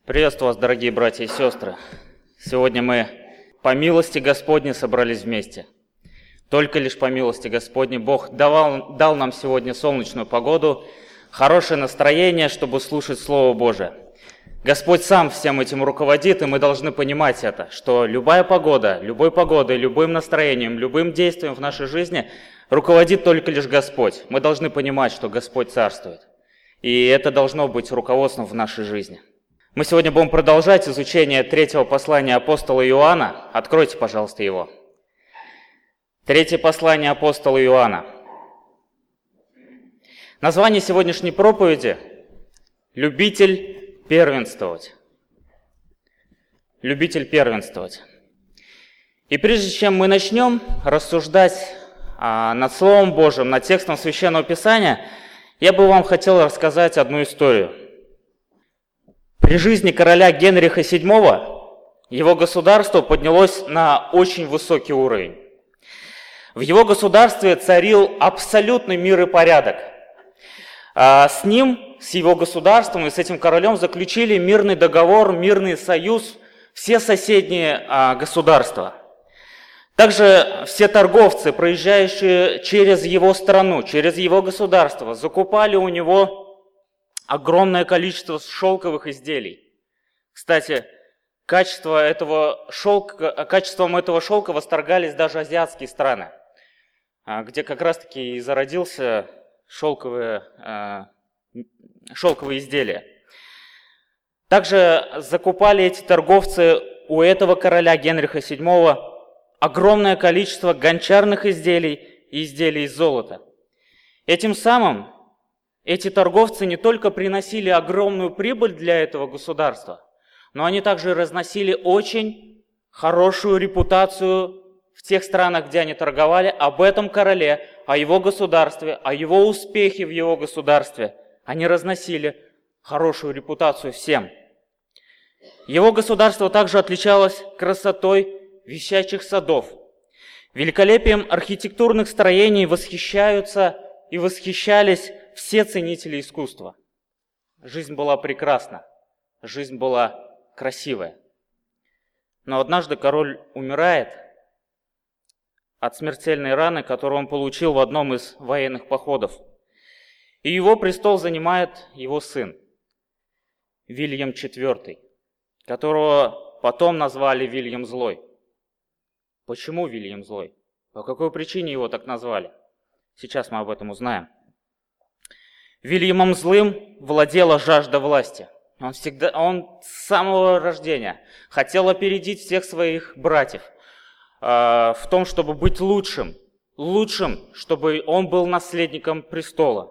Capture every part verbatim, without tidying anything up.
Приветствую вас, дорогие братья и сестры. Сегодня мы по милости Господней собрались вместе. Только лишь по милости Господней Бог давал, дал нам сегодня солнечную погоду, хорошее настроение, чтобы слушать Слово Божие. Господь сам всем этим руководит, и мы должны понимать это, что любая погода, любой погодой, любым настроением, любым действием в нашей жизни руководит только лишь Господь. Мы должны понимать, что Господь царствует. И это должно быть руководством в нашей жизни. Мы сегодня будем продолжать изучение третьего послания апостола Иоанна. Откройте, пожалуйста, его. Третье послание апостола Иоанна. Название сегодняшней проповеди – «Любитель первенствовать». Любитель первенствовать. И прежде чем мы начнем рассуждать а, над Словом Божьим, над текстом Священного Писания, я бы вам хотел рассказать одну историю. При жизни короля Генриха седьмого его государство поднялось на очень высокий уровень. В его государстве царил абсолютный мир и порядок. А с ним, с его государством и с этим королем заключили мирный договор, мирный союз все соседние а, государства. Также все торговцы, проезжающие через его страну, через его государство, закупали у него огромное количество шелковых изделий. Кстати, качество этого шелка, качеством этого шелка восторгались даже азиатские страны, где как раз-таки и зародился шелковые, шелковые изделия. Также закупали эти торговцы у этого короля Генриха седьмого огромное количество гончарных изделий и изделий из золота. Этим самым эти торговцы не только приносили огромную прибыль для этого государства, но они также разносили очень хорошую репутацию в тех странах, где они торговали, об этом короле, о его государстве, о его успехе в его государстве. Они разносили хорошую репутацию всем. Его государство также отличалось красотой висячих садов, великолепием архитектурных строений восхищаются и восхищались все ценители искусства. Жизнь была прекрасна, жизнь была красивая. Но однажды король умирает от смертельной раны, которую он получил в одном из военных походов. И его престол занимает его сын, Вильям четвёртый, которого потом назвали Вильям Злой. Почему Вильям Злой? По какой причине его так назвали? Сейчас мы об этом узнаем. Вильямом Злым владела жажда власти. Он, всегда, он с самого рождения хотел опередить всех своих братьев э, в том, чтобы быть лучшим, лучшим, чтобы он был наследником престола.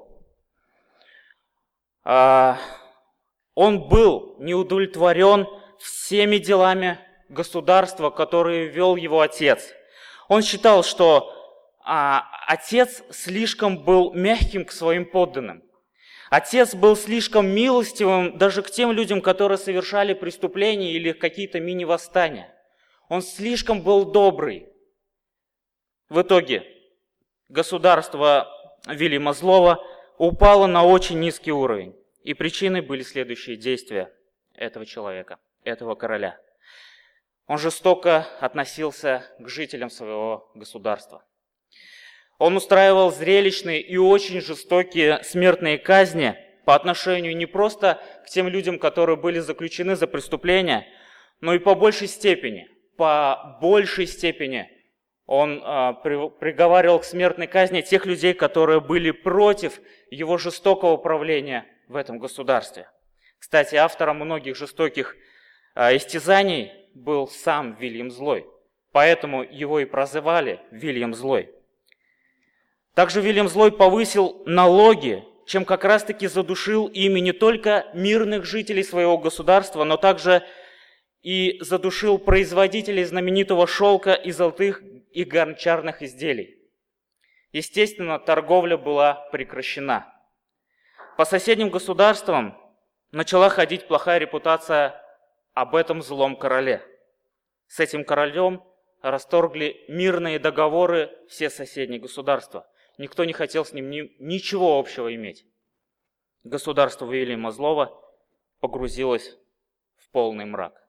Э, он был неудовлетворен всеми делами государства, которые вел его отец. Он считал, что э, отец слишком был мягким к своим подданным. Отец был слишком милостивым даже к тем людям, которые совершали преступления или какие-то мини-восстания. Он слишком был добрый. В итоге государство Вильяма Злого упало на очень низкий уровень. И причиной были следующие действия этого человека, этого короля. Он жестоко относился к жителям своего государства. Он устраивал зрелищные и очень жестокие смертные казни по отношению не просто к тем людям, которые были заключены за преступления, но и по большей степени, по большей степени он э, при, приговаривал к смертной казни тех людей, которые были против его жестокого правления в этом государстве. Кстати, автором многих жестоких э, истязаний был сам Вильям Злой, поэтому его и прозвали Вильям Злой. Также Вильям Злой повысил налоги, чем как раз-таки задушил ими не только мирных жителей своего государства, но также и задушил производителей знаменитого шелка и золотых и гончарных изделий. Естественно, торговля была прекращена. По соседним государствам начала ходить плохая репутация об этом злом короле. С этим королем расторгли мирные договоры все соседние государства. Никто не хотел с ним ни, ничего общего иметь. Государство Вильяма Злого погрузилось в полный мрак.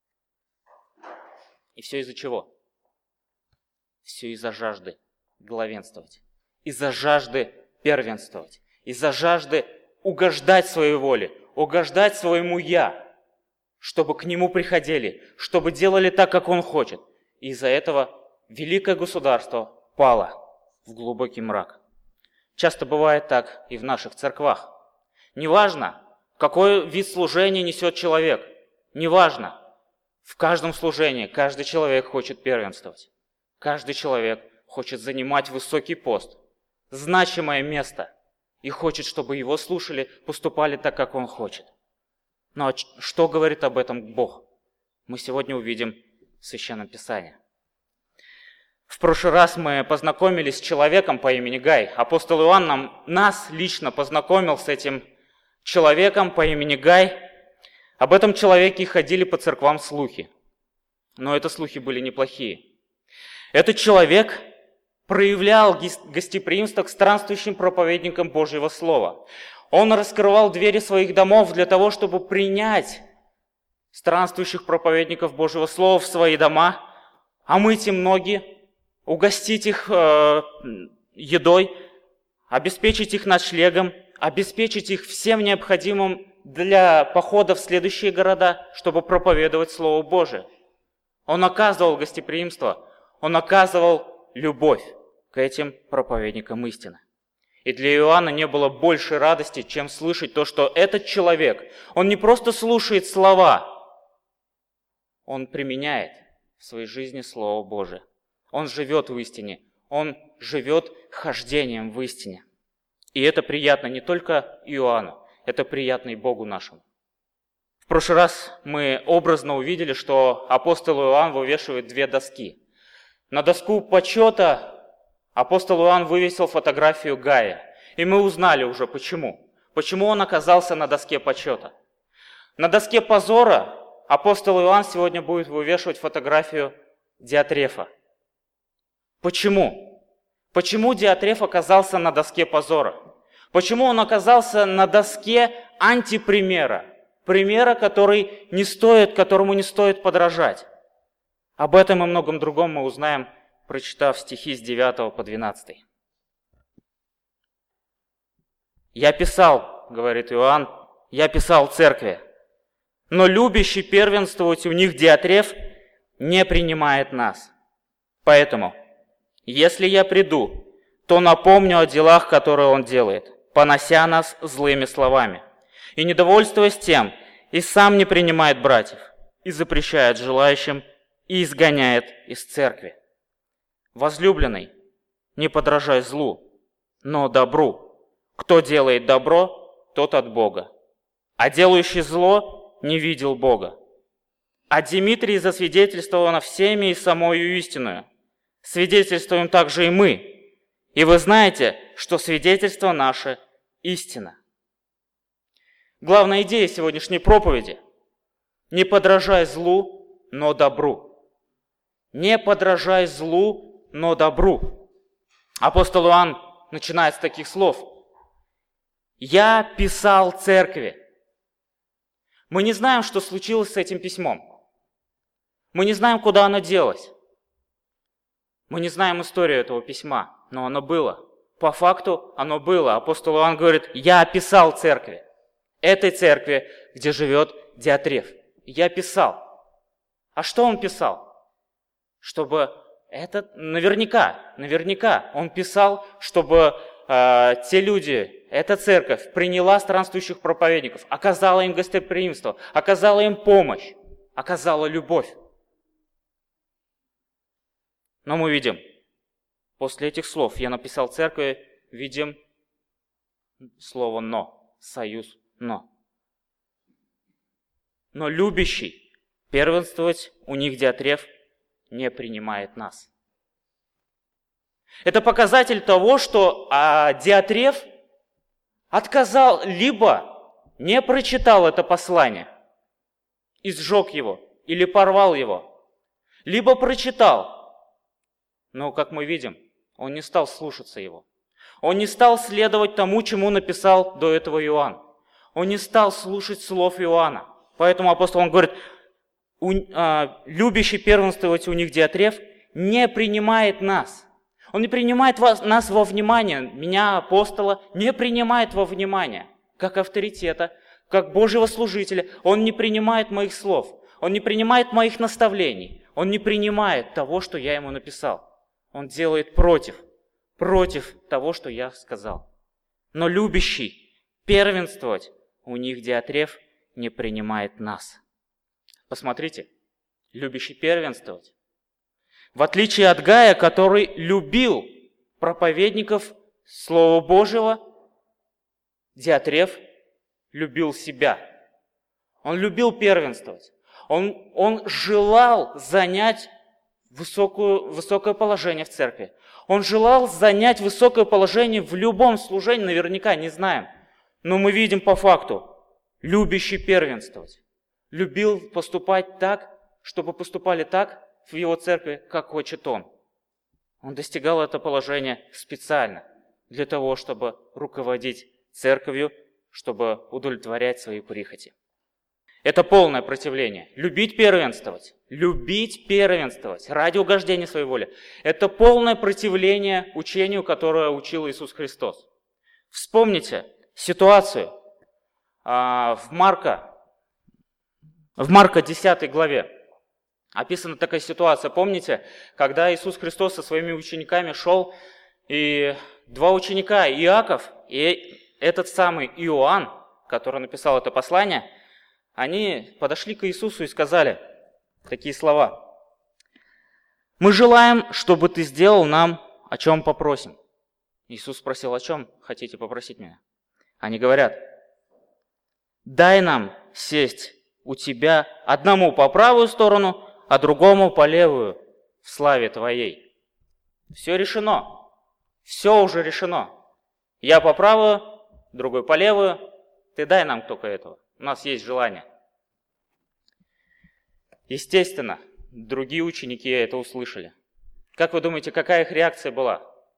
И все из-за чего? Все из-за жажды главенствовать, из-за жажды первенствовать, из-за жажды угождать своей воле, угождать своему «я», чтобы к нему приходили, чтобы делали так, как он хочет. И из-за этого великое государство пало в глубокий мрак. Часто бывает так и в наших церквах. Неважно, какой вид служения несет человек, неважно, в каждом служении каждый человек хочет первенствовать. Каждый человек хочет занимать высокий пост, значимое место, и хочет, чтобы его слушали, поступали так, как он хочет. Но что говорит об этом Бог? Мы сегодня увидим в Священном Писании. В прошлый раз мы познакомились с человеком по имени Гай. Апостол Иоанн нам, нас лично познакомил с этим человеком по имени Гай. Об этом человеке ходили по церквам слухи. Но это слухи были неплохие. Этот человек проявлял гостеприимство к странствующим проповедникам Божьего Слова. Он раскрывал двери своих домов для того, чтобы принять странствующих проповедников Божьего Слова в свои дома, омыть им ноги, угостить их э, едой, обеспечить их ночлегом, обеспечить их всем необходимым для похода в следующие города, чтобы проповедовать Слово Божие. Он оказывал гостеприимство, он оказывал любовь к этим проповедникам истины. И для Иоанна не было большей радости, чем слышать то, что этот человек, он не просто слушает слова, он применяет в своей жизни Слово Божие. Он живет в истине, он живет хождением в истине. И это приятно не только Иоанну, это приятно и Богу нашему. В прошлый раз мы образно увидели, что апостол Иоанн вывешивает две доски. На доску почета апостол Иоанн вывесил фотографию Гая. И мы узнали уже почему. Почему он оказался на доске почета. На доске позора апостол Иоанн сегодня будет вывешивать фотографию Диатрефа. Почему? Почему Диатреф оказался на доске позора? Почему он оказался на доске антипримера? Примера, который не стоит, которому не стоит подражать. Об этом и многом другом мы узнаем, прочитав стихи с девятого по двенадцатый. «Я писал, — говорит Иоанн, — я писал церкви, но любящий первенствовать у них Диатреф не принимает нас. Поэтому, если я приду, то напомню о делах, которые он делает, понося нас злыми словами, и, недовольствуясь тем, и сам не принимает братьев, и запрещает желающим, и изгоняет из церкви. Возлюбленный, не подражай злу, но добру. Кто делает добро, тот от Бога. А делающий зло не видел Бога. А Димитрий засвидетельствовано всеми и самою истинную. Свидетельствуем также и мы. И вы знаете, что свидетельство наше истина». Главная идея сегодняшней проповеди – не подражай злу, но добру. Не подражай злу, но добру. Апостол Иоанн начинает с таких слов. «Я писал церкви». Мы не знаем, что случилось с этим письмом. Мы не знаем, куда оно делось. Мы не знаем историю этого письма, но оно было. По факту оно было. Апостол Иоанн говорит, я писал церкви. Этой церкви, где живет Диатреф. Я писал. А что он писал? Чтобы это наверняка, наверняка он писал, чтобы э, те люди, эта церковь приняла странствующих проповедников, оказала им гостеприимство, оказала им помощь, оказала любовь. Но мы видим, после этих слов «я написал церкви», видим слово «но», союз «но». Но любящий первенствовать у них Диатреф не принимает нас. Это показатель того, что а, Диатреф отказал, либо не прочитал это послание и сжег его, или порвал его, либо прочитал, но, как мы видим, он не стал слушаться его. Он не стал следовать тому, чему написал до этого Иоанн. Он не стал слушать слов Иоанна. Поэтому апостол он говорит, у, а, любящий первенствовать у них Диатреф не принимает нас. Он не принимает вас, нас во внимание, меня, апостола, не принимает во внимание, как авторитета, как Божьего служителя. Он не принимает моих слов, он не принимает моих наставлений, он не принимает того, что я ему написал. Он делает против, против того, что я сказал. Но любящий первенствовать у них Диатреф не принимает нас. Посмотрите, любящий первенствовать. В отличие от Гая, который любил проповедников Слова Божьего, Диатреф любил себя. Он любил первенствовать. Он, он желал занять высокую, высокое положение в церкви. Он желал занять высокое положение в любом служении, наверняка, не знаем. Но мы видим по факту, любящий первенствовать. Любил поступать так, чтобы поступали так в его церкви, как хочет он. Он достигал это положение специально для того, чтобы руководить церковью, чтобы удовлетворять свои прихоти. Это полное противление. Любить первенствовать. Любить первенствовать ради угождения своей воли. Это полное противление учению, которое учил Иисус Христос. Вспомните ситуацию а, в Марка, в Марка десятой главе. Описана такая ситуация. Помните, когда Иисус Христос со своими учениками шел, и два ученика, Иаков и этот самый Иоанн, который написал это послание, они подошли к Иисусу и сказали такие слова. «Мы желаем, чтобы ты сделал нам, о чем попросим». Иисус спросил, о чем хотите попросить меня? Они говорят, «Дай нам сесть у тебя одному по правую сторону, а другому по левую в славе твоей». Все решено. Все уже решено. Я по правую, другой по левую. Ты дай нам только этого. У нас есть желание. Естественно, другие ученики это услышали. Как вы думаете, какая их реакция была?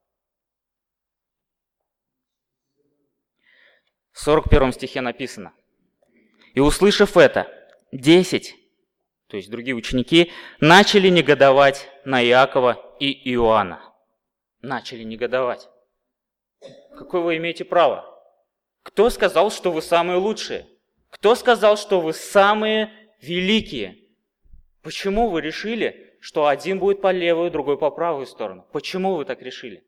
В сорок первом стихе написано. «И услышав это, десять, то есть другие ученики, начали негодовать на Иакова и Иоанна». Начали негодовать. Какое вы имеете право? Кто сказал, что вы самые лучшие? Кто сказал, что вы самые великие? Почему вы решили, что один будет по левую, другой по правую сторону? Почему вы так решили?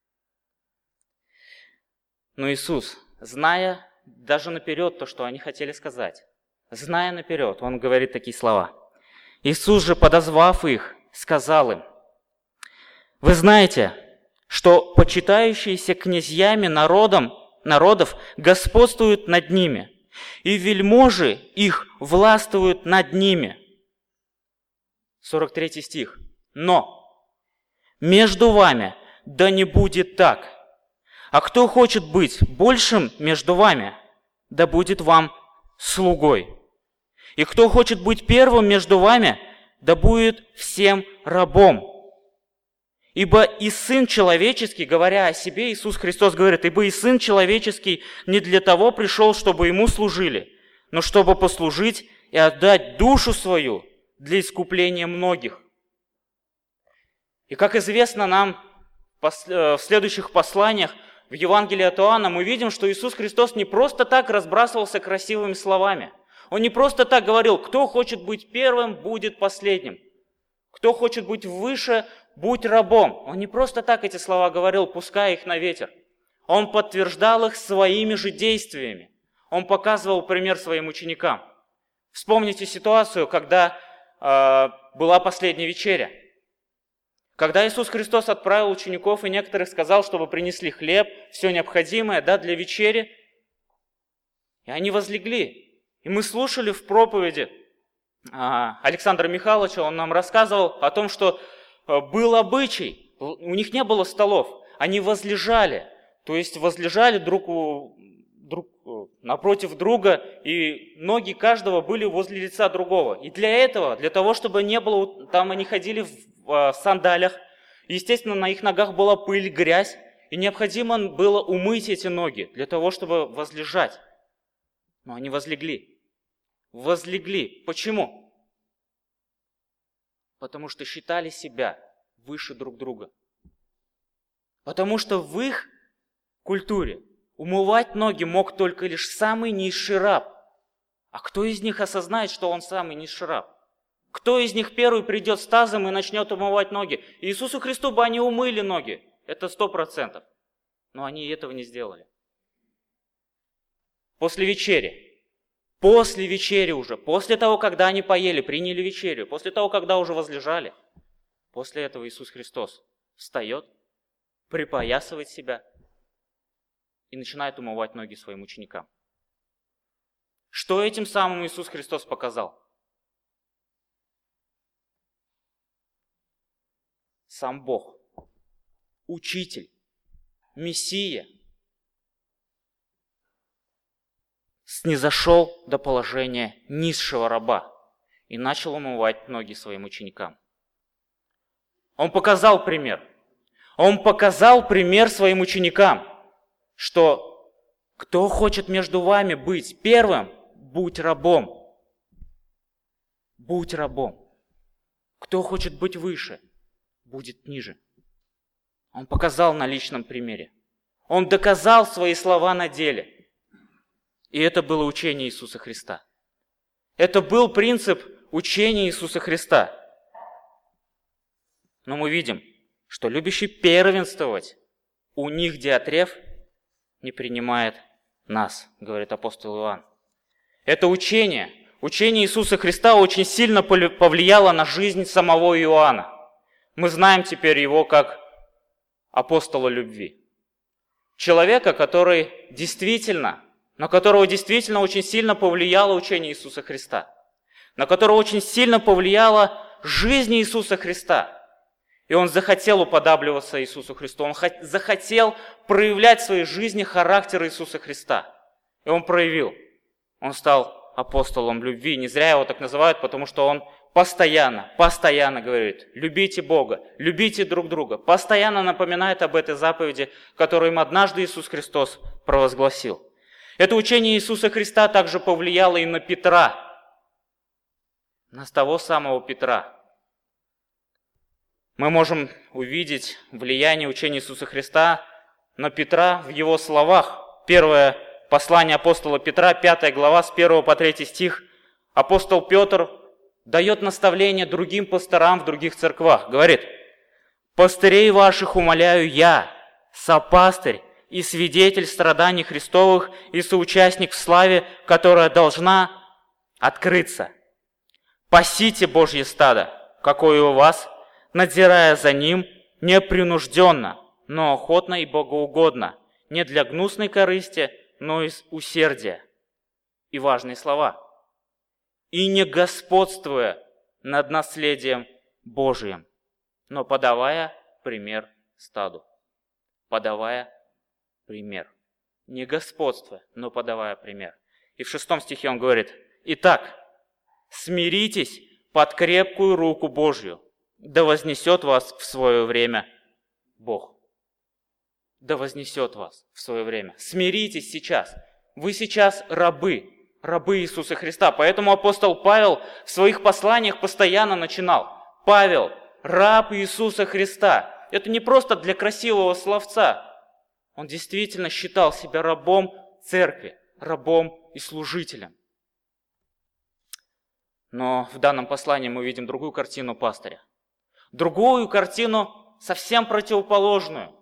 Но Иисус, зная даже наперед то, что они хотели сказать, зная наперед, Он говорит такие слова. Иисус же, подозвав их, сказал им, «Вы знаете, что почитающиеся князьями народом, народов господствуют над ними, и вельможи их властвуют над ними». сорок третий стих. «Но между вами да не будет так. А кто хочет быть большим между вами, да будет вам слугой. И кто хочет быть первым между вами, да будет всем рабом. Ибо и Сын Человеческий, говоря о себе, Иисус Христос говорит, ибо и Сын Человеческий не для того пришел, чтобы Ему служили, но чтобы послужить и отдать душу свою для искупления многих». И как известно нам в следующих посланиях, в Евангелии от Иоанна, мы видим, что Иисус Христос не просто так разбрасывался красивыми словами. Он не просто так говорил, кто хочет быть первым, будет последним. Кто хочет быть выше, будь рабом. Он не просто так эти слова говорил, пуская их на ветер. Он подтверждал их своими же действиями. Он показывал пример своим ученикам. Вспомните ситуацию, когда э, была последняя вечеря. Когда Иисус Христос отправил учеников и некоторых сказал, чтобы принесли хлеб, все необходимое, да, для вечери, и они возлегли. И мы слушали в проповеди э, Александра Михайловича, он нам рассказывал о том, что э, был обычай, у них не было столов, они возлежали, то есть возлежали друг у друг, напротив друга, и ноги каждого были возле лица другого. И для этого, для того, чтобы не было, там они ходили в сандалиях, естественно, на их ногах была пыль, грязь, и необходимо было умыть эти ноги для того, чтобы возлежать. Но они возлегли. возлегли. Почему? Потому что считали себя выше друг друга. Потому что в их культуре умывать ноги мог только лишь самый низший раб. А кто из них осознает, что он самый низший раб? Кто из них первый придет с тазом и начнет умывать ноги? Иисусу Христу бы они умыли ноги. Это сто процентов. Но они этого не сделали. После вечери. После вечери уже. После того, когда они поели, приняли вечерю. После того, когда уже возлежали. После этого Иисус Христос встает, припоясывает себя и начинает умывать ноги своим ученикам. Что этим самым Иисус Христос показал? Сам Бог, Учитель, Мессия, снизошел до положения низшего раба и начал умывать ноги своим ученикам. Он показал пример. Он показал пример своим ученикам, что кто хочет между вами быть первым, будь рабом. Будь рабом. Кто хочет быть выше, будет ниже. Он показал на личном примере. Он доказал свои слова на деле. И это было учение Иисуса Христа. Это был принцип учения Иисуса Христа. Но мы видим, что любящий первенствовать у них Диатреф не принимает нас, говорит апостол Иоанн. Это учение, учение Иисуса Христа очень сильно повлияло на жизнь самого Иоанна. Мы знаем теперь его как апостола любви. Человека, который действительно, на которого действительно очень сильно повлияло учение Иисуса Христа, на которого очень сильно повлияла жизнь Иисуса Христа. И он захотел уподабливаться Иисусу Христу, он захотел проявлять в своей жизни характер Иисуса Христа. И он проявил. Он стал апостолом любви. Не зря его так называют, потому что он постоянно, постоянно говорит: любите Бога, любите друг друга. Постоянно напоминает об этой заповеди, которую им однажды Иисус Христос провозгласил. Это учение Иисуса Христа также повлияло и на Петра, на того самого Петра. Мы можем увидеть влияние учения Иисуса Христа на Петра в его словах. Первое послание апостола Петра, пятая глава, с первого по третий стих. Апостол Петр дает наставление другим пасторам в других церквах. Говорит: «Пастырей ваших умоляю я, сопастырь и свидетель страданий Христовых и соучастник в славе, которая должна открыться. Пасите Божье стадо, какое у вас, надзирая за ним непринужденно, но охотно и богоугодно, не для гнусной корысти, но из усердия». И важные слова. «И не господствуя над наследием Божиим, но подавая пример стаду». Подавая пример. Не господствуя, но подавая пример. И в шестом стихе он говорит: «Итак, смиритесь под крепкую руку Божью, да вознесет вас в свое время Бог». Да вознесет вас в свое время. Смиритесь сейчас. Вы сейчас рабы. Рабы Иисуса Христа. Поэтому апостол Павел в своих посланиях постоянно начинал: Павел, раб Иисуса Христа. Это не просто для красивого словца. Он действительно считал себя рабом церкви, рабом и служителем. Но в данном послании мы видим другую картину пастыря. Другую картину, совсем противоположную.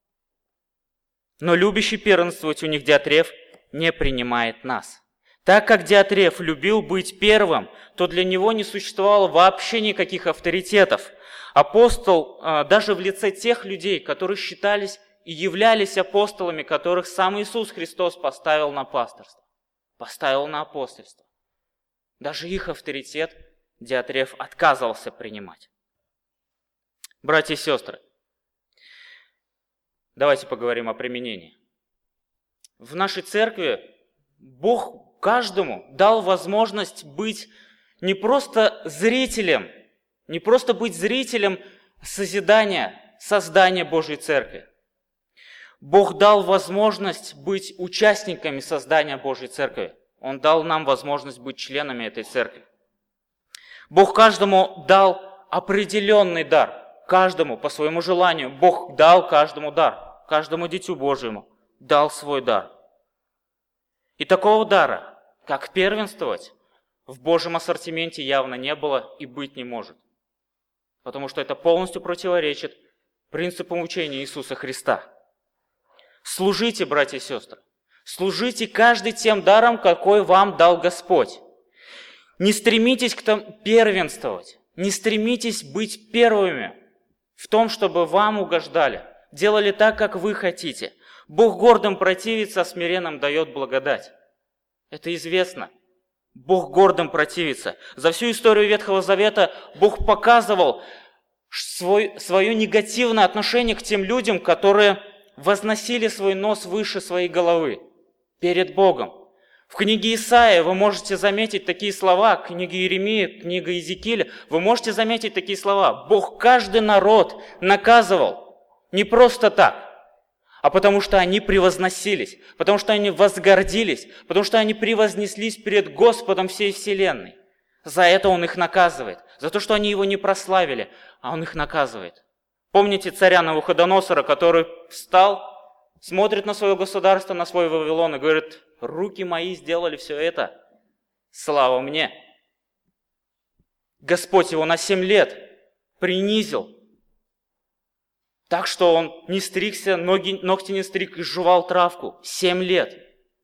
Но любящий первенствовать у них Диатреф не принимает нас. Так как Диатреф любил быть первым, то для него не существовало вообще никаких авторитетов. Апостол, даже в лице тех людей, которые считались и являлись апостолами, которых сам Иисус Христос поставил на пасторство, поставил на апостольство, даже их авторитет Диатреф отказывался принимать. Братья и сестры, давайте поговорим о применении. В нашей церкви Бог каждому дал возможность быть не просто зрителем, не просто быть зрителем созидания, создания Божьей Церкви. Бог дал возможность быть участниками создания Божьей Церкви. Он дал нам возможность быть членами этой церкви. Бог каждому дал определенный дар. Каждому по своему желанию. Бог дал каждому дар. Каждому дитю Божьему дал свой дар. И такого дара, как первенствовать, в Божьем ассортименте явно не было и быть не может. Потому что это полностью противоречит принципам учения Иисуса Христа. Служите, братья и сестры. Служите каждый тем даром, какой вам дал Господь. Не стремитесь к тому первенствовать. Не стремитесь быть первыми в том, чтобы вам угождали. Делали так, как вы хотите. Бог гордым противится, а смиренным дает благодать. Это известно. Бог гордым противится. За всю историю Ветхого Завета Бог показывал свой, свое негативное отношение к тем людям, которые возносили свой нос выше своей головы перед Богом. В книге Исаии вы можете заметить такие слова, книга Иеремии, книга Иезекииля, вы можете заметить такие слова. Бог каждый народ наказывал не просто так, а потому что они превозносились, потому что они возгордились, потому что они превознеслись перед Господом всей вселенной. За это Он их наказывает, за то, что они Его не прославили, а Он их наказывает. Помните царя Навуходоносора, который встал, смотрит на свое государство, на свой Вавилон и говорит: руки мои сделали все это, слава мне. Господь его на семь лет принизил, так что он не стригся, ноги, ногти не стриг и жевал травку. Семь лет.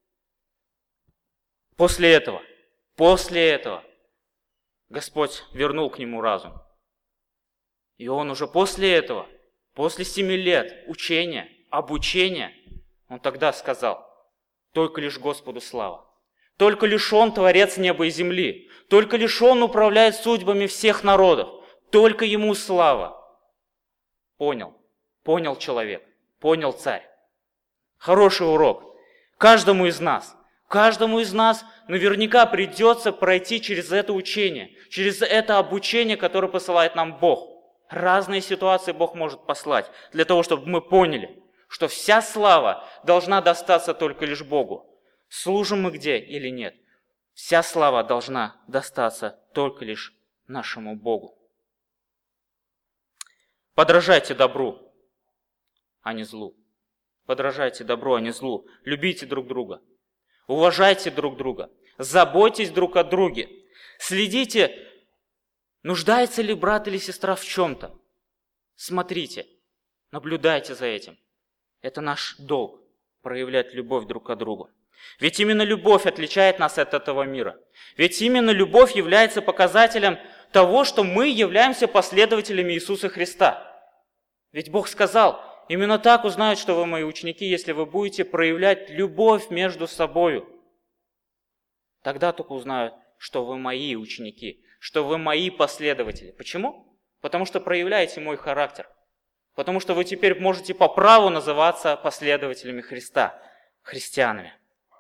После этого, после этого Господь вернул к нему разум. И он уже после этого, после семи лет учения, обучения, он тогда сказал: только лишь Господу слава. Только лишь Он творец неба и земли. Только лишь Он управляет судьбами всех народов. Только Ему слава. Понял. Понял человек. Понял царь. Хороший урок. Каждому из нас. Каждому из нас наверняка придется пройти через это учение. Через это обучение, которое посылает нам Бог. Разные ситуации Бог может послать. Для того, чтобы мы поняли, что вся слава должна достаться только лишь Богу. Служим мы где или нет, вся слава должна достаться только лишь нашему Богу. Подражайте добру, а не злу. Подражайте добру, а не злу. Любите друг друга. Уважайте друг друга. Заботьтесь друг о друге. Следите, нуждается ли брат или сестра в чем-то. Смотрите, наблюдайте за этим. Это наш долг – проявлять любовь друг к другу. Ведь именно любовь отличает нас от этого мира. Ведь именно любовь является показателем того, что мы являемся последователями Иисуса Христа. Ведь Бог сказал: именно так узнают, что вы мои ученики, если вы будете проявлять любовь между собою. Тогда только узнают, что вы мои ученики, что вы мои последователи. Почему? Потому что проявляете мой характер. Потому что вы теперь можете по праву называться последователями Христа, христианами.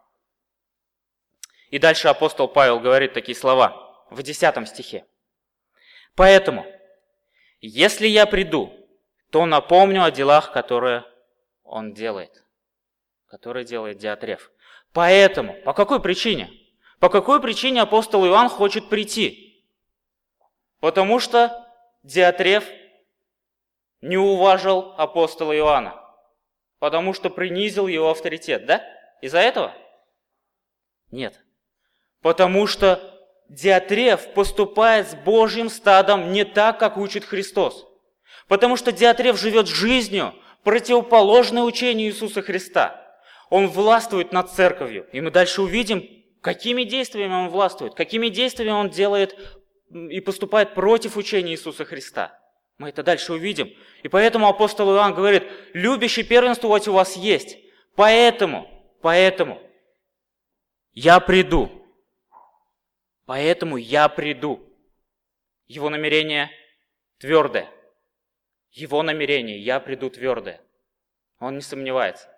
И дальше апостол Павел говорит такие слова в десятом стихе. «Поэтому, если я приду, то напомню о делах, которые он делает». Которые делает Диатреф. Поэтому, по какой причине? По какой причине апостол Иоанн хочет прийти? Потому что Диатреф не уважил апостола Иоанна, потому что принизил его авторитет, да? Из-за этого? Нет. Потому что Диатреф поступает с Божьим стадом не так, как учит Христос. Потому что Диатреф живет жизнью, противоположной учению Иисуса Христа. Он властвует над церковью. И мы дальше увидим, какими действиями он властвует, какими действиями он делает и поступает против учения Иисуса Христа. Мы это дальше увидим. И поэтому апостол Иоанн говорит: любящий первенствовать у вас есть. Поэтому, поэтому я приду. Поэтому я приду. Его намерение твердое. Его намерение я приду твердое. Он не сомневается.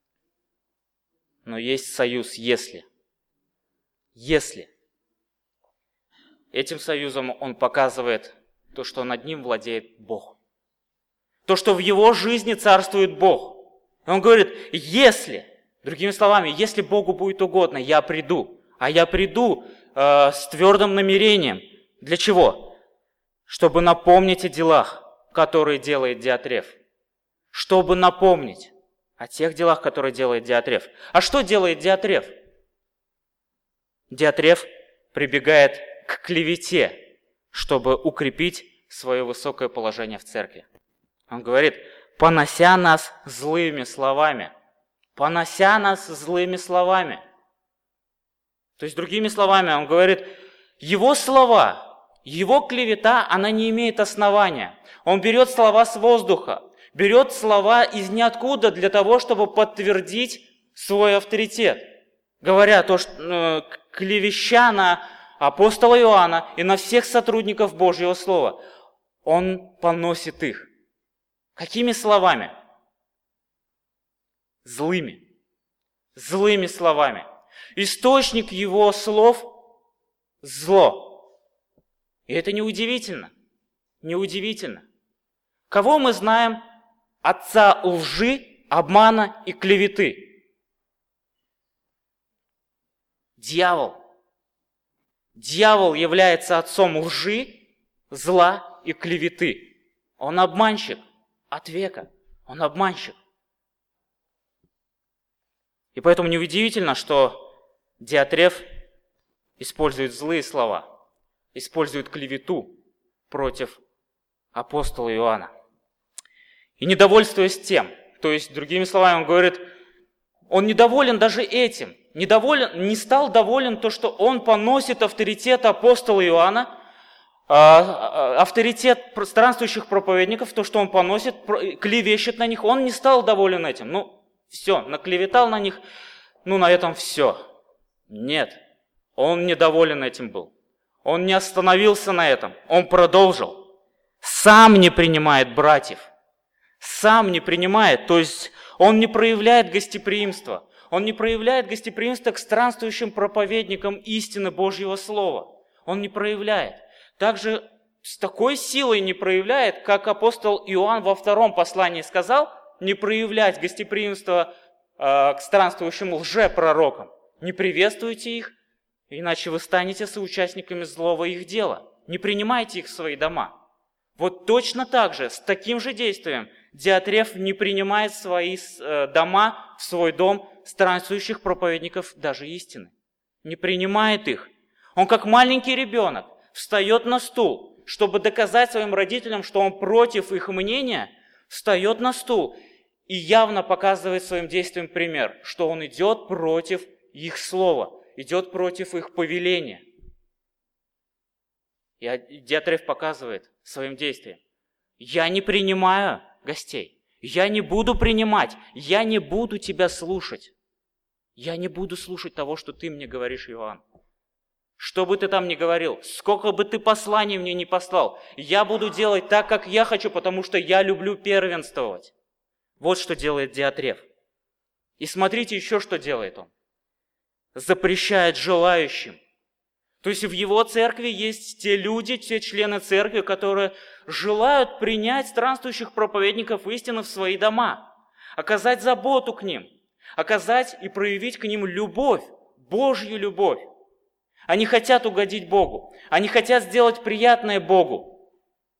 Но есть союз «если». Если. Этим союзом он показывает то, что над ним владеет Бог. То, что в его жизни царствует Бог. И он говорит: если, другими словами, если Богу будет угодно, я приду. а я приду э, с твердым намерением. Для чего? Чтобы напомнить о делах, которые делает Диатреф. Чтобы напомнить о тех делах, которые делает Диатреф. А что делает Диатреф? Диатреф прибегает к клевете, чтобы укрепить свое высокое положение в церкви. Он говорит, понося нас злыми словами. Понося нас злыми словами. То есть, другими словами, он говорит, его слова, его клевета, она не имеет основания. Он берет слова с воздуха, берет слова из ниоткуда для того, чтобы подтвердить свой авторитет. Говоря то, что э, клевеща на апостола Иоанна и на всех сотрудников Божьего Слова, он поносит их. Какими словами? Злыми. Злыми словами. Источник его слов – зло. И это неудивительно. Неудивительно. Кого мы знаем отца лжи, обмана и клеветы? Дьявол. Дьявол является отцом лжи, зла и клеветы. Он обманщик от века. Он обманщик. И поэтому неудивительно, что Диатреф использует злые слова, использует клевету против апостола Иоанна. И недовольствуясь тем, то есть, другими словами, он говорит, он недоволен даже этим, недоволен, не стал доволен то, что он поносит авторитет апостола Иоанна, авторитет странствующих проповедников, то, что он поносит, клевещет на них, он не стал доволен этим. Ну, все, наклеветал на них, ну, на этом все. Нет, он недоволен этим был. Он не остановился на этом, он продолжил. Сам не принимает братьев, сам не принимает, то есть он не проявляет гостеприимства. Он не проявляет гостеприимства к странствующим проповедникам истины Божьего Слова. Он не проявляет. Также с такой силой не проявляет, как апостол Иоанн во втором послании сказал, не проявлять гостеприимство э, к странствующим лжепророкам. Не приветствуйте их, иначе вы станете соучастниками злого их дела. Не принимайте их в свои дома. Вот точно так же, с таким же действием, Диатреф не принимает в свои э, дома, в свой дом странствующих проповедников даже истины. Не принимает их. Он как маленький ребенок встает на стул, чтобы доказать своим родителям, что он против их мнения, встает на стул и явно показывает своим действием пример, что он идет против их слова, идет против их повеления. И Диатреф показывает своим действием: я не принимаю гостей, я не буду принимать, я не буду тебя слушать. Я не буду слушать того, что ты мне говоришь, Иоанн. Что бы ты там ни говорил, сколько бы ты посланий мне не послал, я буду делать так, как я хочу, потому что я люблю первенствовать. Вот что делает Диатреф. И смотрите еще, что делает он. Запрещает желающим. То есть в его церкви есть те люди, те члены церкви, которые желают принять странствующих проповедников истины в свои дома, оказать заботу к ним, оказать и проявить к ним любовь, Божью любовь. Они хотят угодить Богу, они хотят сделать приятное Богу.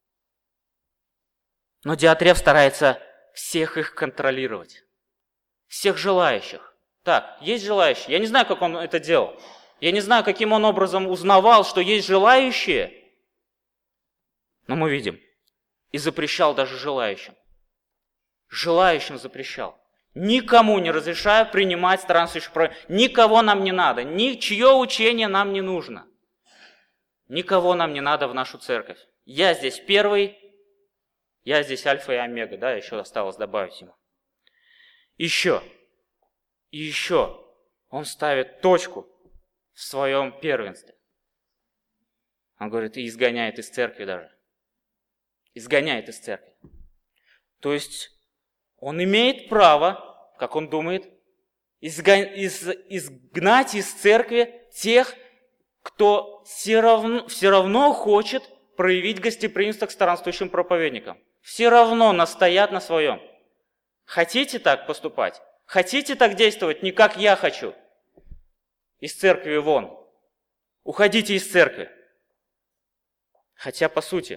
Но Диатреф старается всех их контролировать, всех желающих. Так, есть желающие. Я не знаю, как он это делал. Я не знаю, каким он образом узнавал, что есть желающие. Но мы видим. И запрещал даже желающим. Желающим запрещал. Никому не разрешаю принимать странствующих проповедников. Никого нам не надо. Ничье учение нам не нужно. Никого нам не надо в нашу церковь. Я здесь первый. Я здесь альфа и омега. Да, еще осталось добавить ему. Еще. И еще. Он ставит точку в своем первенстве. Он говорит, и изгоняет из церкви даже. Изгоняет из церкви. То есть он имеет право, как он думает, изгон... из... изгнать из церкви тех, кто все равно, все равно хочет проявить гостеприимство к странствующим проповедникам. Все равно настоят на своем. Хотите так поступать? Хотите так действовать? Не как я хочу. из церкви вон. Уходите из церкви. Хотя, по сути,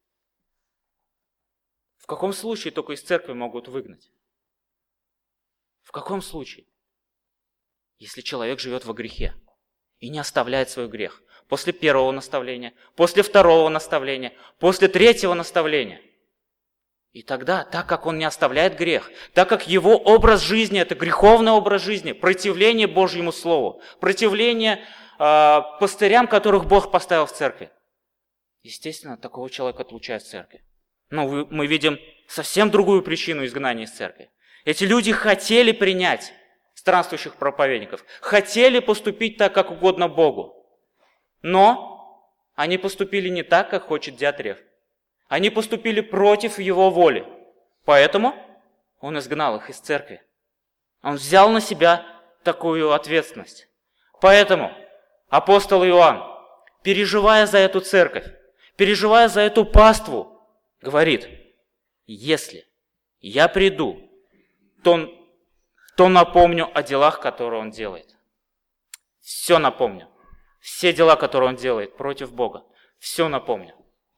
в каком случае только из церкви могут выгнать? В каком случае? Если человек живет во грехе и не оставляет свой грех. После первого наставления, после второго наставления, после третьего наставления. И тогда, так как он не оставляет грех, так как его образ жизни – это греховный образ жизни, противление Божьему Слову, противление э, пастырям, которых Бог поставил в церкви, естественно, такого человека отлучают в церкви. Но вы, мы видим совсем другую причину изгнания из церкви. Эти люди хотели принять странствующих проповедников, хотели поступить так, как угодно Богу, но они поступили не так, как хочет Диатреф. Они поступили против его воли. Поэтому он изгнал их из церкви. Он взял на себя такую ответственность. Поэтому апостол Иоанн, переживая за эту церковь, переживая за эту паству, говорит: если я приду, то, то напомню о делах, которые он делает. Все напомню. Все дела, которые он делает против Бога, все напомню.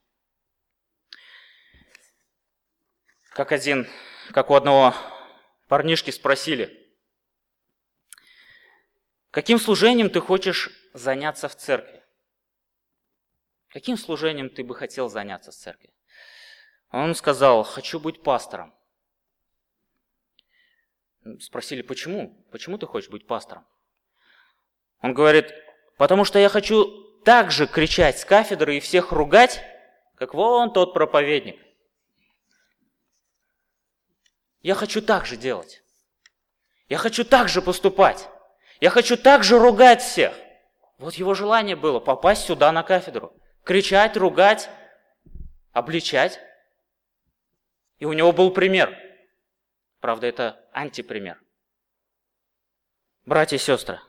Как один, как у одного парнишки спросили: каким служением ты хочешь заняться в церкви? Каким служением ты бы хотел заняться в церкви? Он сказал: хочу быть пастором. Спросили: почему? Почему ты хочешь быть пастором? Он говорит: потому что я хочу так же кричать с кафедры и всех ругать, как вон тот проповедник. Я хочу так же делать. Я хочу так же поступать. Я хочу так же ругать всех. Вот его желание было попасть сюда на кафедру. Кричать, ругать, обличать. И у него был пример. Правда, это антипример. Братья и сестры,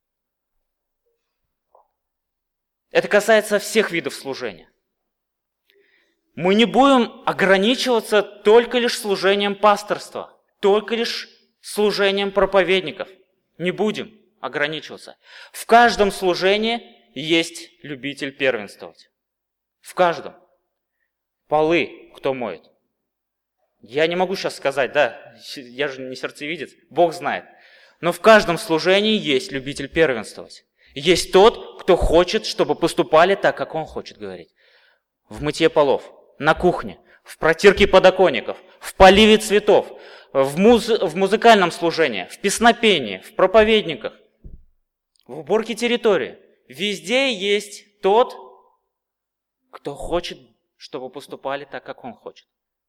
это касается всех видов служения. Мы не будем ограничиваться только лишь служением пасторства, только лишь служением проповедников. Не будем ограничиваться. В каждом служении есть любитель первенствовать. В каждом. Полы кто моет? Я не могу сейчас сказать, да, я же не сердцевидец, Бог знает. Но в каждом служении есть любитель первенствовать. Есть тот, кто хочет, чтобы поступали так, как он хочет говорить. В мытье полов, на кухне, в протирке подоконников, в поливе цветов, в, муз... в музыкальном служении, в песнопении, в проповедниках, в уборке территории. Везде есть тот, кто хочет, чтобы поступали так, как он хочет.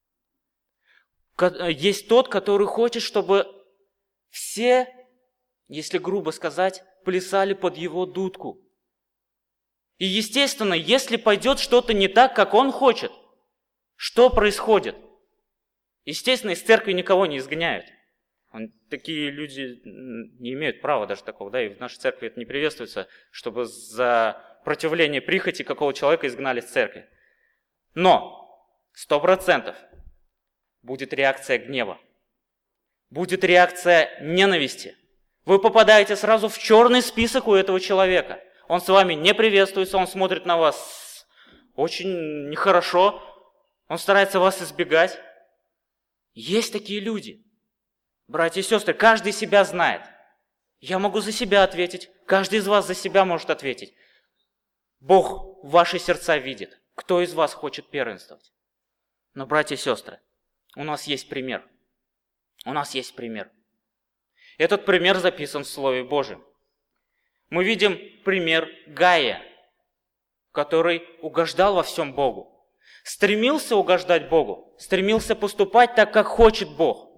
Есть тот, который хочет, чтобы все, если грубо сказать, плясали под его дудку. И естественно, если пойдет что-то не так, как он хочет, что происходит? Естественно, из церкви никого не изгоняют. Он, такие люди не имеют права даже такого, да, и в нашей церкви это не приветствуется, чтобы за противление прихоти какого человека изгнали из церкви. Но сто процентов будет реакция гнева, будет реакция ненависти. Вы попадаете сразу в черный список у этого человека. Он с вами не приветствуется, он смотрит на вас очень нехорошо, он старается вас избегать. Есть такие люди. Братья и сестры, каждый себя знает. Я могу за себя ответить, каждый из вас за себя может ответить. Бог ваши сердца видит, кто из вас хочет первенствовать. Но, братья и сестры, у нас есть пример. У нас есть пример. Этот пример записан в Слове Божьем. Мы видим пример Гая, который угождал во всем Богу. Стремился угождать Богу, стремился поступать так, как хочет Бог.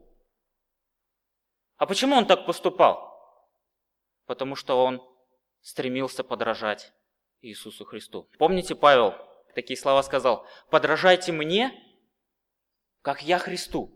А почему он так поступал? Потому что он стремился подражать Иисусу Христу. Помните, Павел такие слова сказал: «Подражайте мне, как я Христу».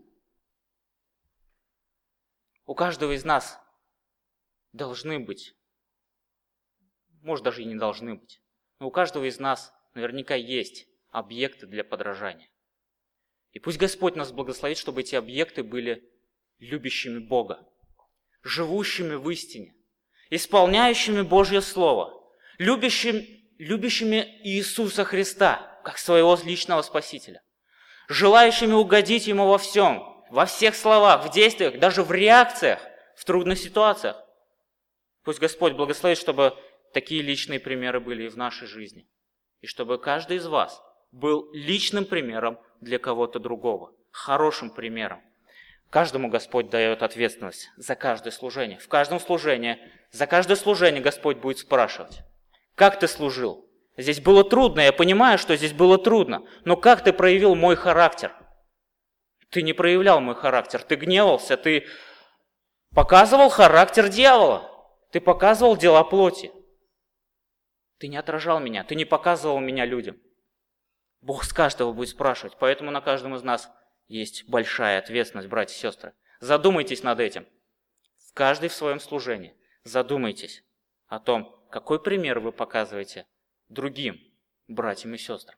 У каждого из нас должны быть, может, даже и не должны быть, но у каждого из нас наверняка есть объекты для подражания. И пусть Господь нас благословит, чтобы эти объекты были любящими Бога, живущими в истине, исполняющими Божье Слово, любящими, любящими Иисуса Христа, как своего личного Спасителя, желающими угодить Ему во всем, во всех словах, в действиях, даже в реакциях, в трудных ситуациях. Пусть Господь благословит, чтобы такие личные примеры были и в нашей жизни. И чтобы каждый из вас был личным примером для кого-то другого, хорошим примером. Каждому Господь дает ответственность за каждое служение. В каждом служении, за каждое служение Господь будет спрашивать: как ты служил? Здесь было трудно, я понимаю, что здесь было трудно, но как ты проявил мой характер? Ты не проявлял мой характер, ты гневался, ты показывал характер дьявола, ты показывал дела плоти. Ты не отражал меня, ты не показывал меня людям. Бог с каждого будет спрашивать, поэтому на каждом из нас есть большая ответственность, братья и сестры. Задумайтесь над этим. Каждый в своем служении. Задумайтесь о том, какой пример вы показываете другим братьям и сестрам.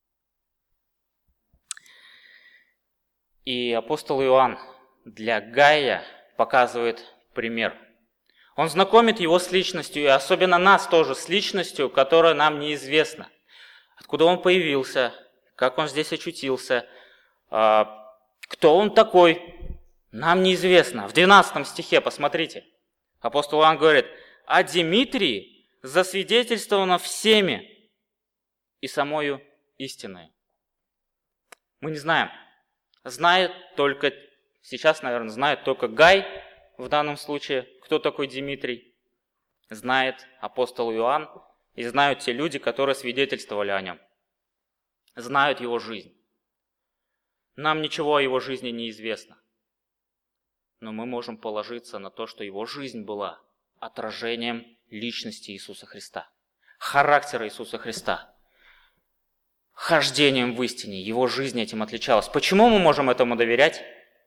И апостол Иоанн для Гая показывает пример. Он знакомит его с личностью, и особенно нас тоже с личностью, которая нам неизвестна. Откуда он появился, как он здесь очутился, кто он такой, нам неизвестно. В двенадцатом стихе, посмотрите, апостол Иоанн говорит: «О Димитрии засвидетельствовано всеми и самою истиной». Мы не знаем. Знает только, сейчас, наверное, знает только Гай, в данном случае, кто такой Димитрий. Знает апостол Иоанн, и знают те люди, которые свидетельствовали о нем. Знают его жизнь. Нам ничего о его жизни не известно. Но мы можем положиться на то, что его жизнь была отражением личности Иисуса Христа, характера Иисуса Христа, хождением в истине. Его жизнь этим отличалась. Почему мы можем этому доверять?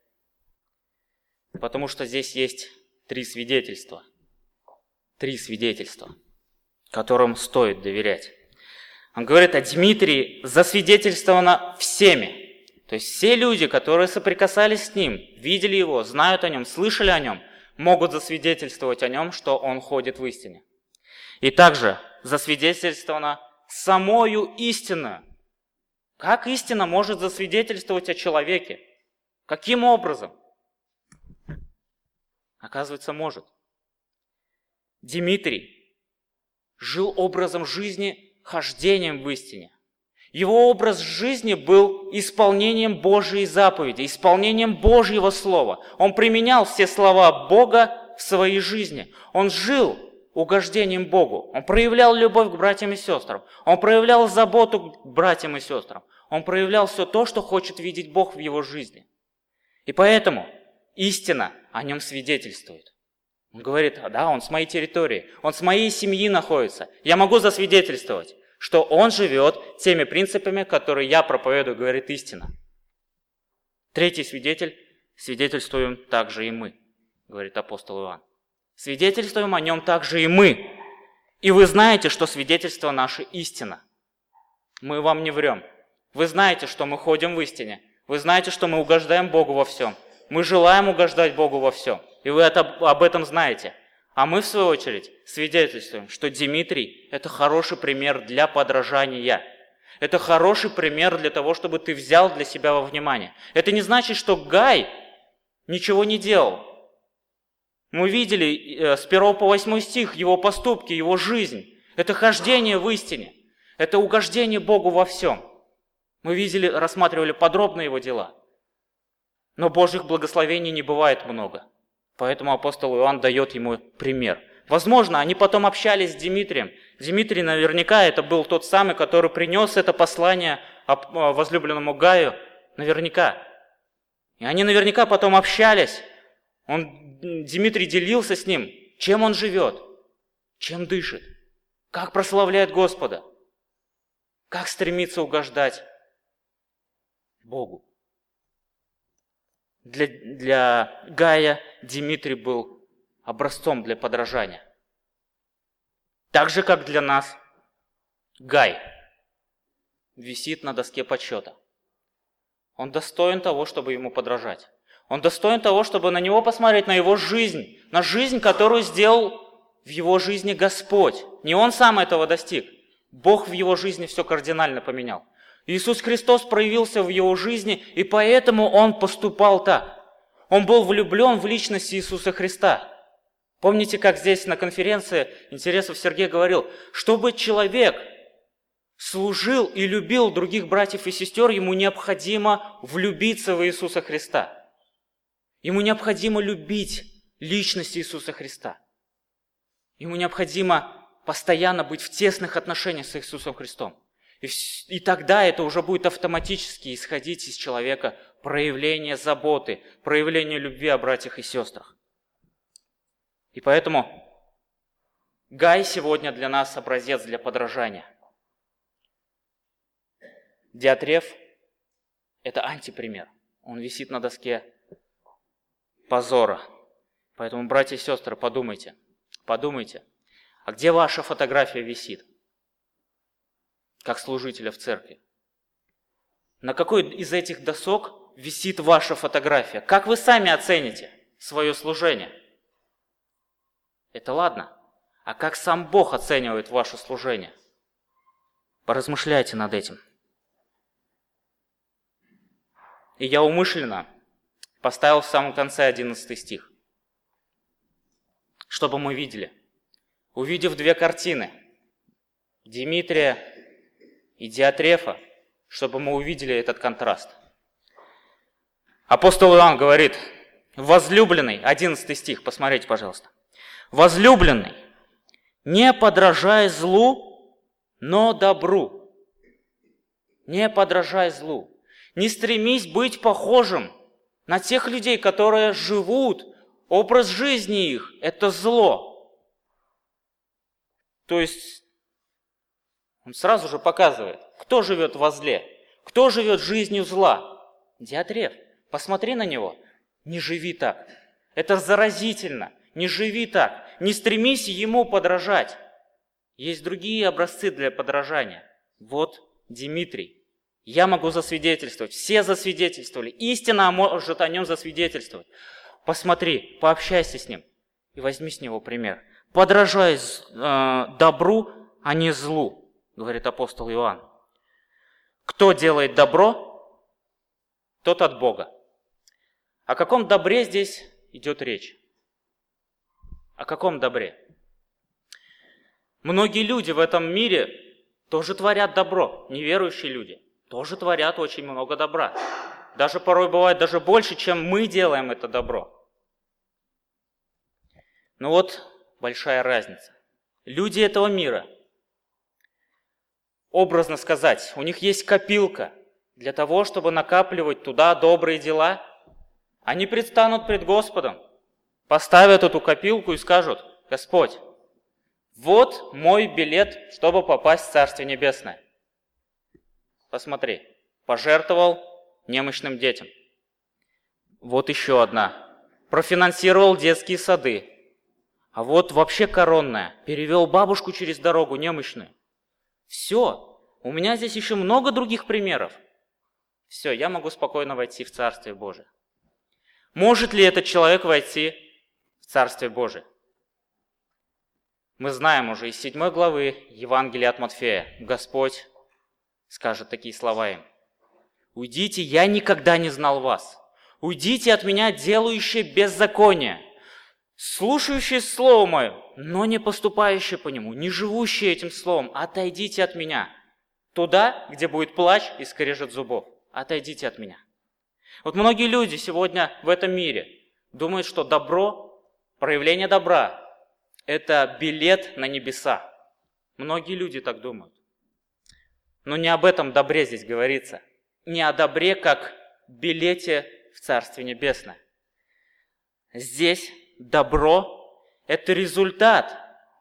Потому что здесь есть три свидетельства. Три свидетельства, которым стоит доверять. Он говорит: о Дмитрии засвидетельствовано всеми. То есть все люди, которые соприкасались с ним, видели его, знают о нем, слышали о нем, могут засвидетельствовать о нем, что он ходит в истине. И также засвидетельствовано самою истиною. Как истина может засвидетельствовать о человеке? Каким образом? Оказывается, может. Димитрий жил образом жизни, хождением в истине. Его образ жизни был исполнением Божьей заповеди, исполнением Божьего Слова. Он применял все слова Бога в своей жизни. Он жил угождением Богу. Он проявлял любовь к братьям и сестрам. Он проявлял заботу к братьям и сестрам. Он проявлял все то, что хочет видеть Бог в его жизни. И поэтому истина о нем свидетельствует. Он говорит: а, да, он с моей территории, он с моей семьи находится. Я могу засвидетельствовать, что он живет теми принципами, которые я проповедую, говорит истина. Третий свидетель: свидетельствуем также и мы, говорит апостол Иоанн. Свидетельствуем о нем также и мы. И вы знаете, что свидетельство наше истина. Мы вам не врем. Вы знаете, что мы ходим в истине. Вы знаете, что мы угождаем Богу во всем. Мы желаем угождать Богу во всем. И вы это, об этом знаете. А мы, в свою очередь, свидетельствуем, что Димитрий – это хороший пример для подражания. Это хороший пример для того, чтобы ты взял для себя во внимание. Это не значит, что Гай ничего не делал. Мы видели с первого по восьмой стих его поступки, его жизнь. Это хождение в истине. Это угождение Богу во всем. Мы видели, рассматривали подробно его дела. Но Божьих благословений не бывает много. Поэтому апостол Иоанн дает ему пример. Возможно, они потом общались с Димитрием. Димитрий наверняка это был тот самый, который принес это послание возлюбленному Гаю. Наверняка. И они наверняка потом общались. Он, Димитрий делился с ним, чем он живет, чем дышит, как прославляет Господа, как стремится угождать Богу. Для, для Гая Димитрий был образцом для подражания. Так же, как для нас Гай висит на доске почета. Он достоин того, чтобы ему подражать. Он достоин того, чтобы на него посмотреть, на его жизнь, на жизнь, которую сделал в его жизни Господь. Не он сам этого достиг. Бог в его жизни все кардинально поменял. Иисус Христос проявился в его жизни, и поэтому он поступал так. Он был влюблен в личность Иисуса Христа. Помните, как здесь на конференции интересов Сергей говорил, чтобы человек служил и любил других братьев и сестер, ему необходимо влюбиться в Иисуса Христа. Ему необходимо любить личность Иисуса Христа. Ему необходимо постоянно быть в тесных отношениях с Иисусом Христом. И, и тогда это уже будет автоматически исходить из человека проявление заботы, проявление любви о братьях и сестрах. И поэтому Гай сегодня для нас образец для подражания. Диатреф – это антипример. Он висит на доске позора. Поэтому, братья и сестры, подумайте, подумайте, а где ваша фотография висит, как служителя в церкви? На какой из этих досок висит ваша фотография? Как вы сами оцените свое служение? Это ладно. А как сам Бог оценивает ваше служение? Поразмышляйте над этим. И я умышленно поставил в самом конце одиннадцатый стих, чтобы мы видели. Увидев две картины, Димитрия и Диатрефа, чтобы мы увидели этот контраст. Апостол Иоанн говорит, возлюбленный, одиннадцатый стих, посмотрите, пожалуйста. Возлюбленный, не подражай злу, но добру. Не подражай злу. Не стремись быть похожим на тех людей, которые живут, образ жизни их – это зло. То есть, он сразу же показывает, кто живет во зле, кто живет жизнью зла. Диатреф, посмотри на него, не живи так. Это заразительно, не живи так, не стремись ему подражать. Есть другие образцы для подражания. Вот Димитрий. Я могу засвидетельствовать, все засвидетельствовали, истина может о нем засвидетельствовать. Посмотри, пообщайся с ним и возьми с него пример. Подражай э, добру, а не злу, говорит апостол Иоанн. Кто делает добро, тот от Бога. О каком добре здесь идет речь? О каком добре? Многие люди в этом мире тоже творят добро, неверующие люди. Тоже творят очень много добра. Даже порой бывает даже больше, чем мы делаем это добро. Но вот большая разница. Люди этого мира, образно сказать, у них есть копилка для того, чтобы накапливать туда добрые дела. Они предстанут пред Господом, поставят эту копилку и скажут, Господь, вот мой билет, чтобы попасть в Царствие Небесное. Посмотри, пожертвовал немощным детям. Вот еще одна. Профинансировал детские сады. А вот вообще коронная. Перевел бабушку через дорогу немощную. Все. У меня здесь еще много других примеров. Все, я могу спокойно войти в Царствие Божие. Может ли этот человек войти в Царствие Божие? Мы знаем уже из седьмой главы Евангелия от Матфея. Господь скажет такие слова им. «Уйдите, я никогда не знал вас. Уйдите от меня, делающие беззаконие, слушающие слово мое, но не поступающие по нему, не живущие этим словом. Отойдите от меня. Туда, где будет плач и скрежет зубов. Отойдите от меня». Вот многие люди сегодня в этом мире думают, что добро, проявление добра – это билет на небеса. Многие люди так думают. Но не об этом добре здесь говорится. Не о добре, как билете в Царствие Небесное. Здесь добро – это результат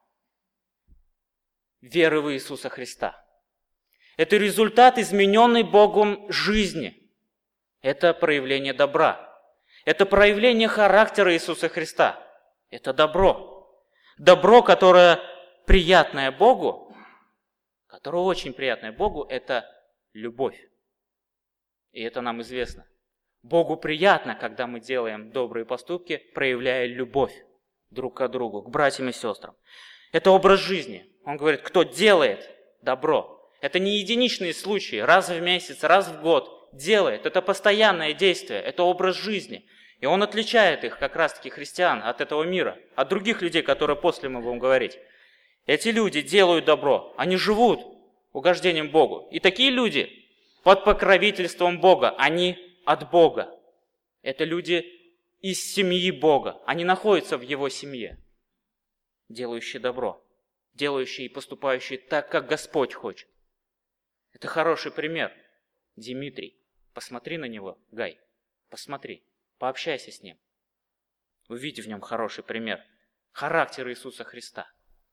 веры в Иисуса Христа. Это результат измененной Богом жизни. Это проявление добра. Это проявление характера Иисуса Христа. Это добро. Добро, которое приятное Богу, которое очень приятное Богу, это любовь. И это нам известно. Богу приятно, когда мы делаем добрые поступки, проявляя любовь. друг к другу, к братьям и сестрам. Это образ жизни. Он говорит, кто делает добро. Это не единичные случаи, раз в месяц, раз в год делает. Это постоянное действие, это образ жизни. И он отличает их, как раз-таки христиан, от этого мира, от других людей, которые после мы будем говорить. Эти люди делают добро, они живут угождением Богу. И такие люди под покровительством Бога, они от Бога. Это люди из семьи Бога, они находятся в Его семье, делающие добро, делающие и поступающие так, как Господь хочет. Это хороший пример. Дмитрий, посмотри на него, Гай, посмотри, пообщайся с ним. Увидь в нем хороший пример. Характер Иисуса Христа.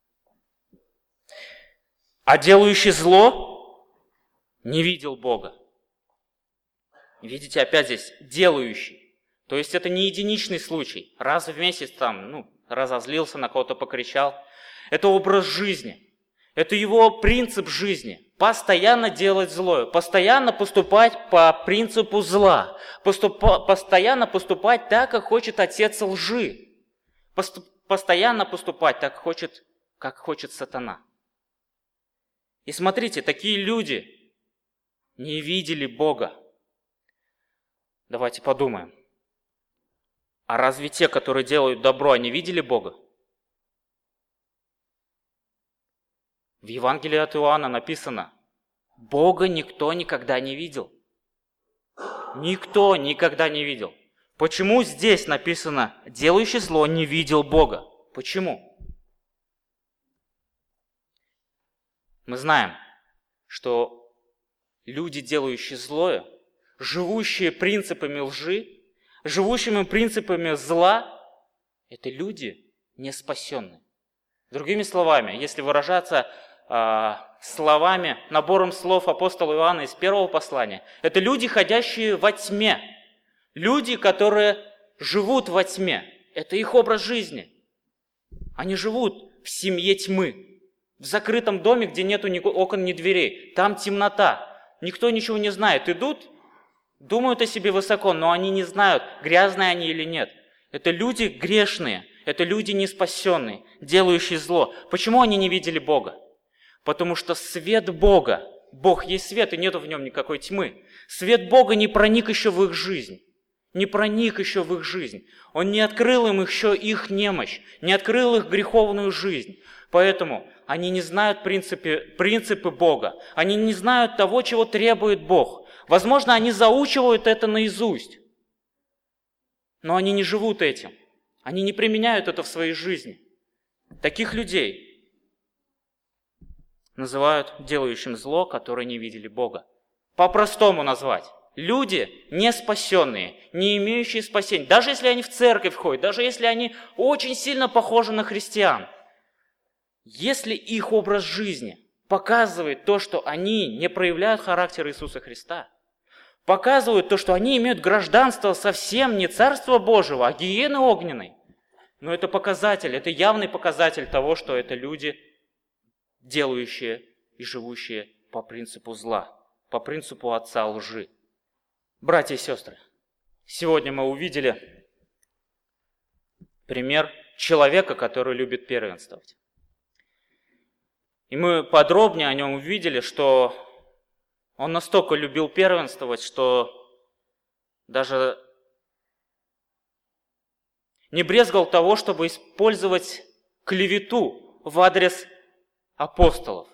А делающий зло не видел Бога. Видите, опять здесь делающий. То есть это не единичный случай. Раз в месяц там, ну, разозлился, на кого-то покричал. Это образ жизни. Это его принцип жизни. Постоянно делать злое. Постоянно поступать по принципу зла. Поступа, постоянно поступать так, как хочет отец лжи. Поступ, постоянно поступать так, хочет, как хочет сатана. И смотрите, такие люди не видели Бога. Давайте подумаем. А разве те, которые делают добро, они видели Бога? В Евангелии от Иоанна написано, Бога никто никогда не видел. Никто никогда не видел. Почему здесь написано, делающий зло не видел Бога? Почему? Мы знаем, что люди, делающие злое, живущие принципами лжи, живущими принципами зла, это люди не спасенные. Другими словами, если выражаться э, словами, набором слов апостола Иоанна из первого послания, это люди, ходящие во тьме. Люди, которые живут во тьме. Это их образ жизни. Они живут в семье тьмы. В закрытом доме, где нету ни окон, ни дверей. Там темнота. Никто ничего не знает. Идут, думают о себе высоко, но они не знают, грязные они или нет. Это люди грешные. Это люди неспасенные, делающие зло. Почему они не видели Бога? Потому что свет Бога, Бог есть свет, и нету в нем никакой тьмы. Свет Бога не проник еще в их жизнь. Не проник еще в их жизнь. Он не открыл им еще их немощь, не открыл их греховную жизнь. Поэтому они не знают принципы, принципы Бога. Они не знают того, чего требует Бог. Возможно, они заучивают это наизусть. Но они не живут этим. Они не применяют это в своей жизни. Таких людей называют делающим зло, которые не видели Бога. По-простому назвать. Люди не спасенные, не имеющие спасения. Даже если они в церковь ходят, даже если они очень сильно похожи на христиан. Если их образ жизни показывает то, что они не проявляют характер Иисуса Христа, показывают то, что они имеют гражданство совсем не Царства Божьего, а гиены огненной. Но это показатель, это явный показатель того, что это люди, делающие и живущие по принципу зла, по принципу отца лжи. Братья и сестры, сегодня мы увидели пример человека, который любит первенствовать. И мы подробнее о нем увидели, что он настолько любил первенствовать, что даже не брезгал того, чтобы использовать клевету в адрес апостолов.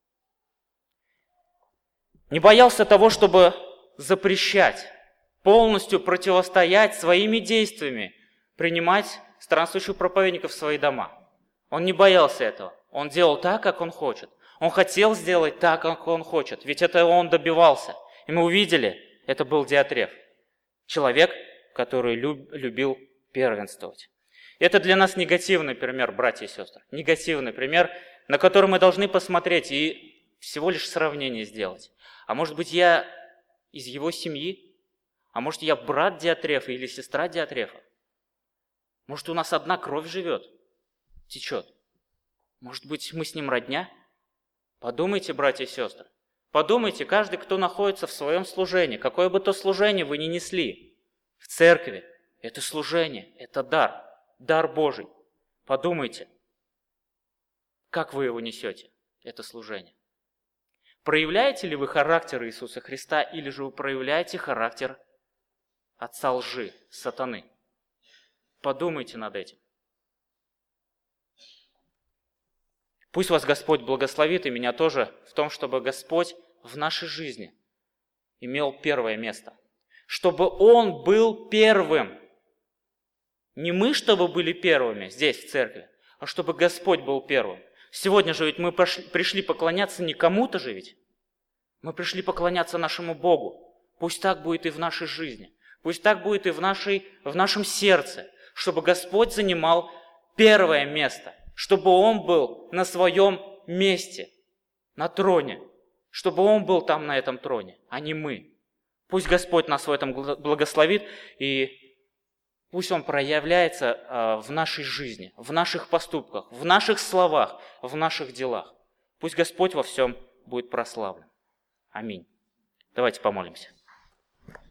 Не боялся того, чтобы запрещать, полностью противостоять своими действиями, принимать странствующих проповедников в свои дома. Он не боялся этого. Он делал так, как он хочет. Он хотел сделать так, как он хочет. Ведь это он добивался. И мы увидели, это был Диатреф. Человек, который люб, любил первенствовать. Это для нас негативный пример, братья и сестры. Негативный пример, на который мы должны посмотреть и всего лишь сравнение сделать. А может быть, я из его семьи? А может, я брат Диатрефа или сестра Диатрефа? Может, у нас одна кровь живет, течет? Может быть, мы с ним родня? Подумайте, братья и сестры. Подумайте, каждый, кто находится в своем служении, какое бы то служение вы ни несли в церкви, это служение, это дар, дар Божий. Подумайте, как вы его несете, это служение. Проявляете ли вы характер Иисуса Христа, или же вы проявляете характер отца лжи, сатаны? Подумайте над этим. Пусть вас Господь благословит, и меня тоже, в том, чтобы Господь в нашей жизни имел первое место. Чтобы Он был первым. Не мы, чтобы были первыми здесь, в церкви, а чтобы Господь был первым. Сегодня же ведь мы пришли поклоняться не кому-то же ведь. Мы пришли поклоняться нашему Богу. Пусть так будет и в нашей жизни. Пусть так будет и в, нашей, в нашем сердце. Чтобы Господь занимал первое место. Чтобы Он был на своем месте, на троне. Чтобы Он был там на этом троне, а не мы. Пусть Господь нас в этом благословит, и пусть Он проявляется в нашей жизни, в наших поступках, в наших словах, в наших делах. Пусть Господь во всем будет прославлен. Аминь. Давайте помолимся.